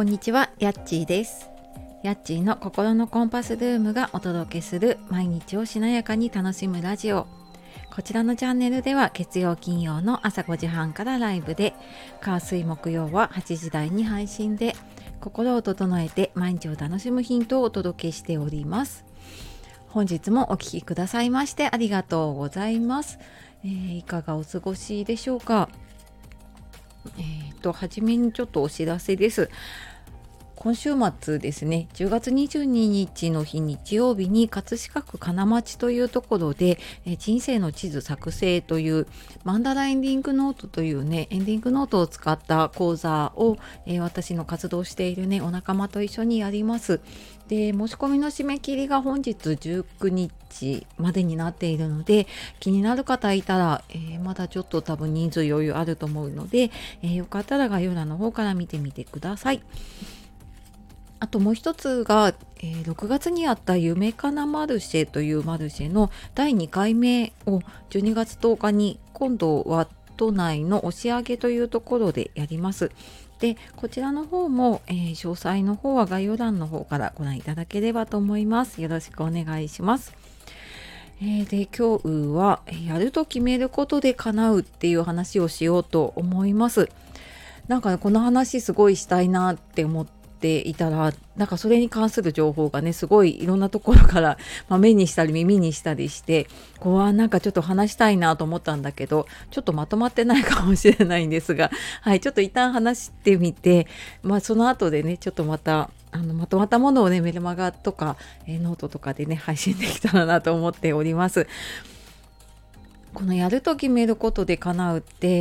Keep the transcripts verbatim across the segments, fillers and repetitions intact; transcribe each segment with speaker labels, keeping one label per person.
Speaker 1: こんにちは、やっちーです。やっちーの心のコンパスルームがお届けする毎日をしなやかに楽しむラジオ。こちらのチャンネルでは月曜金曜の朝ごじはんからライブで、火水木曜ははちじ台に配信で、心を整えて毎日を楽しむヒントをお届けしております。本日もお聞きくださいましてありがとうございます。えー、いかがお過ごしでしょうか。えーと、はじめにちょっとお知らせです。今週末ですね、じゅうがつにじゅうににちの日日曜日に葛飾区金町というところで、え人生の地図作成というマンダラエンディングノートというねエンディングノートを使った講座を、え私の活動しているねお仲間と一緒にやります。で、申し込みの締め切りが本日じゅうくにちまでになっているので、気になる方いたら、えー、まだちょっと多分人数余裕あると思うので、えー、よかったら概要欄の方から見てみてください。あともう一つが、えー、ろくがつにあった夢かなマルシェというマルシェのだいにかいめをじゅうにがつとおかに今度は都内の押上というところでやります。で、こちらの方も、えー、詳細の方は概要欄の方からご覧いただければと思います。よろしくお願いします。えー、で、今日はやると決めることで叶うっていう話をしようと思います。なんか、ね、この話すごいしたいなって思っていたら、なんかそれに関する情報がねすごいいろんなところから、まあ、目にしたり耳にしたりして、こうはなんかちょっと話したいなと思ったんだけど、ちょっとまとまってないかもしれないんですが、はい、ちょっと一旦話してみて、まあその後でねちょっとまたあのまとまったものをねメルマガとか、えー、ノートとかでね配信できたらなと思っております。このやると決めることで叶うって、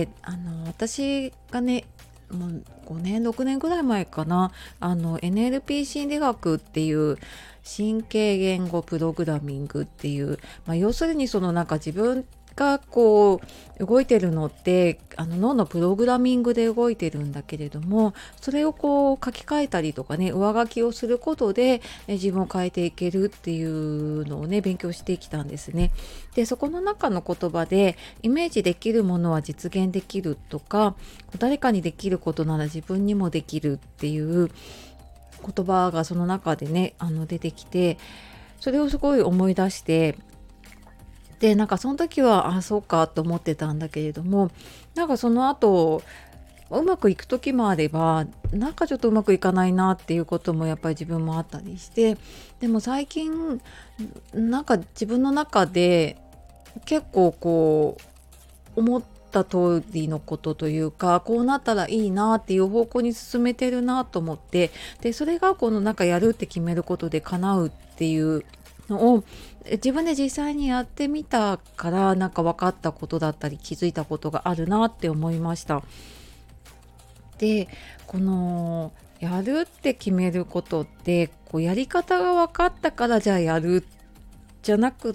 Speaker 1: あの私がねもうごねんろくねんぐらい前かな、あの エヌエルピー 心理学っていう神経言語プログラミングっていう、まあ、要するにそのなんか自分がこう動いてるのってあの脳のプログラミングで動いてるんだけれども、それをこう書き換えたりとかね上書きをすることでえ自分を変えていけるっていうのをね勉強してきたんですね。で、そこの中の言葉でイメージできるものは実現できるとか、誰かにできることなら自分にもできるっていう言葉がその中でねあの出てきて、それをすごい思い出して、でなんかその時はあそうかと思ってたんだけれども、なんかその後うまくいく時もあれば、なんかちょっとうまくいかないなっていうこともやっぱり自分もあったりして、でも最近なんか自分の中で結構こう思った通りのことというか、こうなったらいいなっていう方向に進めてるなと思って、でそれがこのなんかやるって決めることで叶うっていうのを自分で実際にやってみたから、なんか分かったことだったり気づいたことがあるなって思いました。で、このやるって決めることって、こうやり方が分かったからじゃあやるじゃなくって、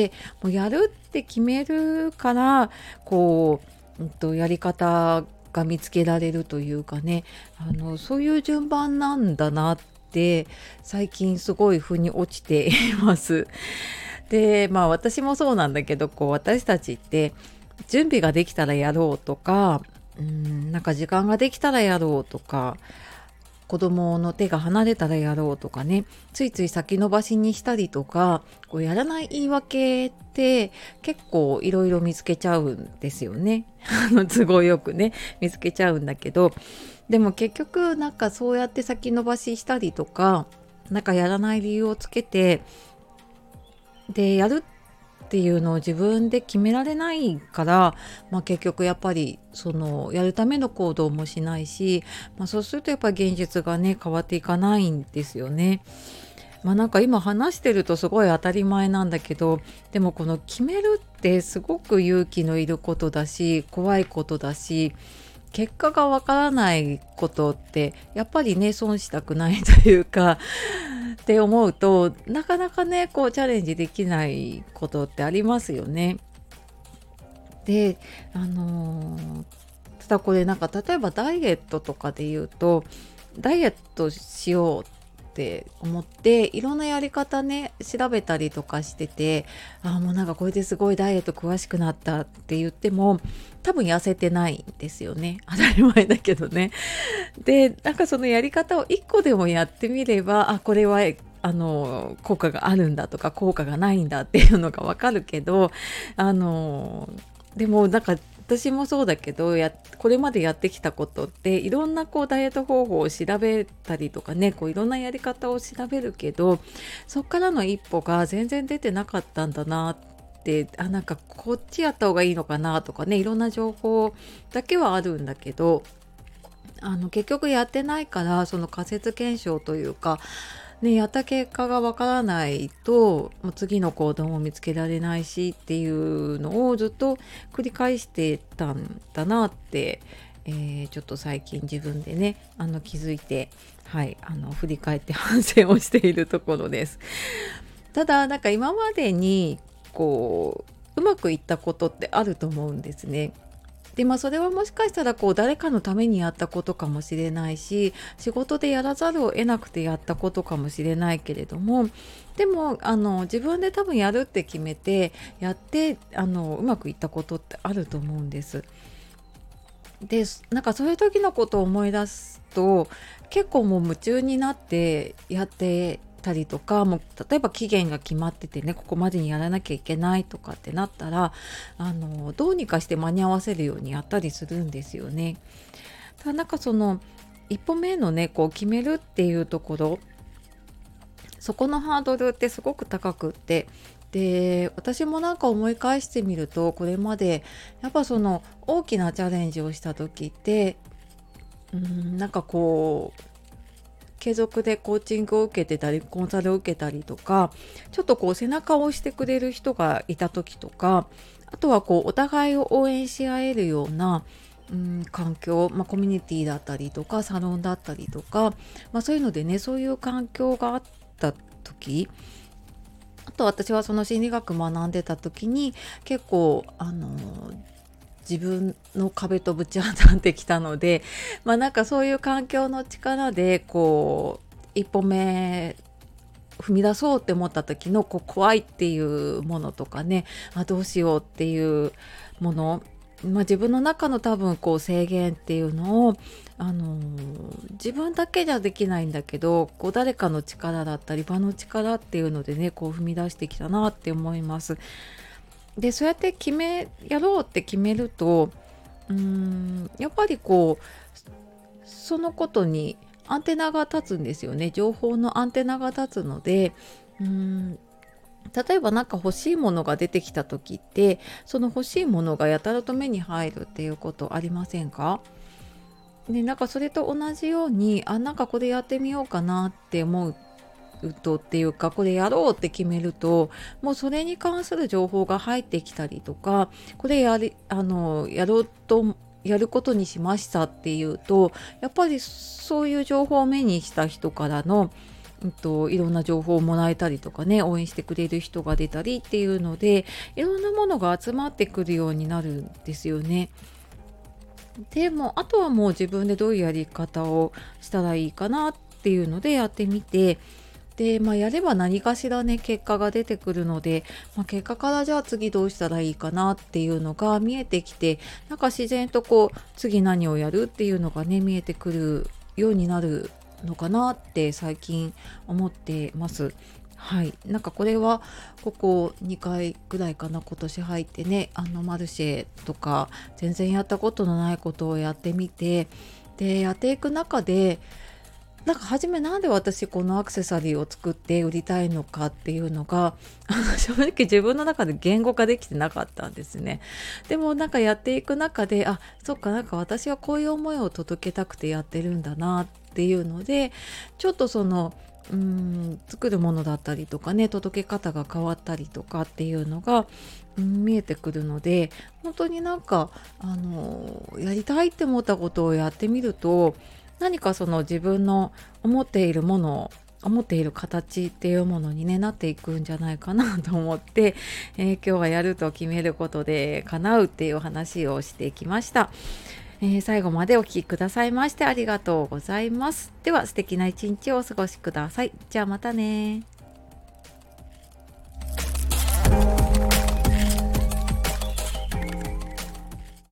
Speaker 1: もうやるって決めるからこう、うんと、やり方が見つけられるというかね、あのそういう順番なんだなって最近すごい腑に落ちています。で、まあ私もそうなんだけど、こう私たちって準備ができたらやろうとか、うん、なんか時間ができたらやろうとか、子供の手が離れたらやろうとかね、ついつい先延ばしにしたりとか、こうやらない言い訳って結構いろいろ見つけちゃうんですよね。あの都合よくね見つけちゃうんだけど、でも結局なんかそうやって先延ばししたりとか、なんかやらない理由をつけて、でやるっていうのを自分で決められないから、まあ、結局やっぱりそのやるための行動もしないし、まあ、そうするとやっぱり現実がね変わっていかないんですよね。まあなんか今話してるとすごい当たり前なんだけど、でもこの決めるってすごく勇気のいることだし、怖いことだし、結果がわからないことってやっぱりね損したくないというかって思うと、なかなかねこうチャレンジできないことってありますよね。で、あのーただこれなんか例えばダイエットとかで言うと、ダイエットしようっって思って、いろんなやり方ね調べたりとかしてて、あもうなんかこれですごいダイエット詳しくなったって言っても多分痩せてないんですよね。当たり前だけどね。でなんかそのやり方をいっこでもやってみれば、あこれはあの効果があるんだとか効果がないんだっていうのがわかるけど、あのでもなんか私もそうだけど、やこれまでやってきたことっていろんなこうダイエット方法を調べたりとかね、こういろんなやり方を調べるけど、そっからの一歩が全然出てなかったんだなって、あなんかこっちやった方がいいのかなとかね、いろんな情報だけはあるんだけど、あの結局やってないから、その仮説検証というかね、やった結果がわからないともう次の行動も見つけられないしっていうのをずっと繰り返してたんだなって、えーちょっと最近自分でねあの気づいて、はい、あの振り返って反省をしているところです。ただなんか今までにこううまくいったことってあると思うんですね。でまあそれはもしかしたらこう誰かのためにやったことかもしれないし、仕事でやらざるを得なくてやったことかもしれないけれども、でもあの自分で多分やるって決めてやってあのうまくいったことってあると思うんです。でなんかそういう時のことを思い出すと結構もう夢中になってやってたりとか、もう例えば期限が決まっててね、ここまでにやらなきゃいけないとかってなったら、あのどうにかして間に合わせるようにやったりするんですよね。ただなんかその一歩目のねこう決めるっていうところ、そこのハードルってすごく高くって、で私もなんか思い返してみると、これまでやっぱその大きなチャレンジをした時ってうーんなんかこう継続でコーチングを受けてたりコンサルを受けたりとか、ちょっとこう背中を押してくれる人がいた時とか、あとはこうお互いを応援し合えるようなうん環境、まあ、コミュニティだったりとかサロンだったりとか、まあ、そういうのでね、そういう環境があった時、あと私はその心理学学んでた時に結構あの自分の壁とぶち当たってきたので、まあなんかそういう環境の力でこう一歩目踏み出そうって思った時のこう怖いっていうものとかね、あどうしようっていうもの、まあ、自分の中の多分こう制限っていうのを、あのー自分だけじゃできないんだけど、こう誰かの力だったり場の力っていうのでねこう踏み出してきたなって思います。でそうやって決めやろうって決めると、うーんやっぱりこうそのことにアンテナが立つんですよね。情報のアンテナが立つので、うーん例えば何か欲しいものが出てきた時って、その欲しいものがやたらと目に入るっていうことありませんか？でなんかそれと同じように、あなんかこれやってみようかなって思うとっていうか、これやろうって決めると、もうそれに関する情報が入ってきたりとか、これやりあのやろうとやることにしましたっていうと、やっぱりそういう情報を目にした人からの、うんと、いろんな情報をもらえたりとかね、応援してくれる人が出たりっていうので、いろんなものが集まってくるようになるんですよね。でもあとはもう自分でどういうやり方をしたらいいかなっていうのでやってみて、で、まあ、やれば何かしらね結果が出てくるので、まあ、結果からじゃあ次どうしたらいいかなっていうのが見えてきて、なんか自然とこう次何をやるっていうのがね見えてくるようになるのかなって最近思ってます。はい、なんかこれはここにかいぐらいかな、今年入ってね、あのマルシェとか全然やったことのないことをやってみて、でやっていく中でなんか初めなんで私このアクセサリーを作って売りたいのかっていうのがあの正直自分の中で言語化できてなかったんですね。でもなんかやっていく中で、あそっか、なんか私はこういう思いを届けたくてやってるんだなっていうので、ちょっとそのうーん作るものだったりとかね、届け方が変わったりとかっていうのが、うん、見えてくるので、本当になんかあのやりたいって思ったことをやってみると、何かその自分の思っているもの思っている形っていうものに、ね、なっていくんじゃないかなと思って、えー今日はやると決めることで叶うっていう話をしてきました。 えー最後までお聞きくださいましてありがとうございます。では素敵な一日をお過ごしください。じゃあまたね。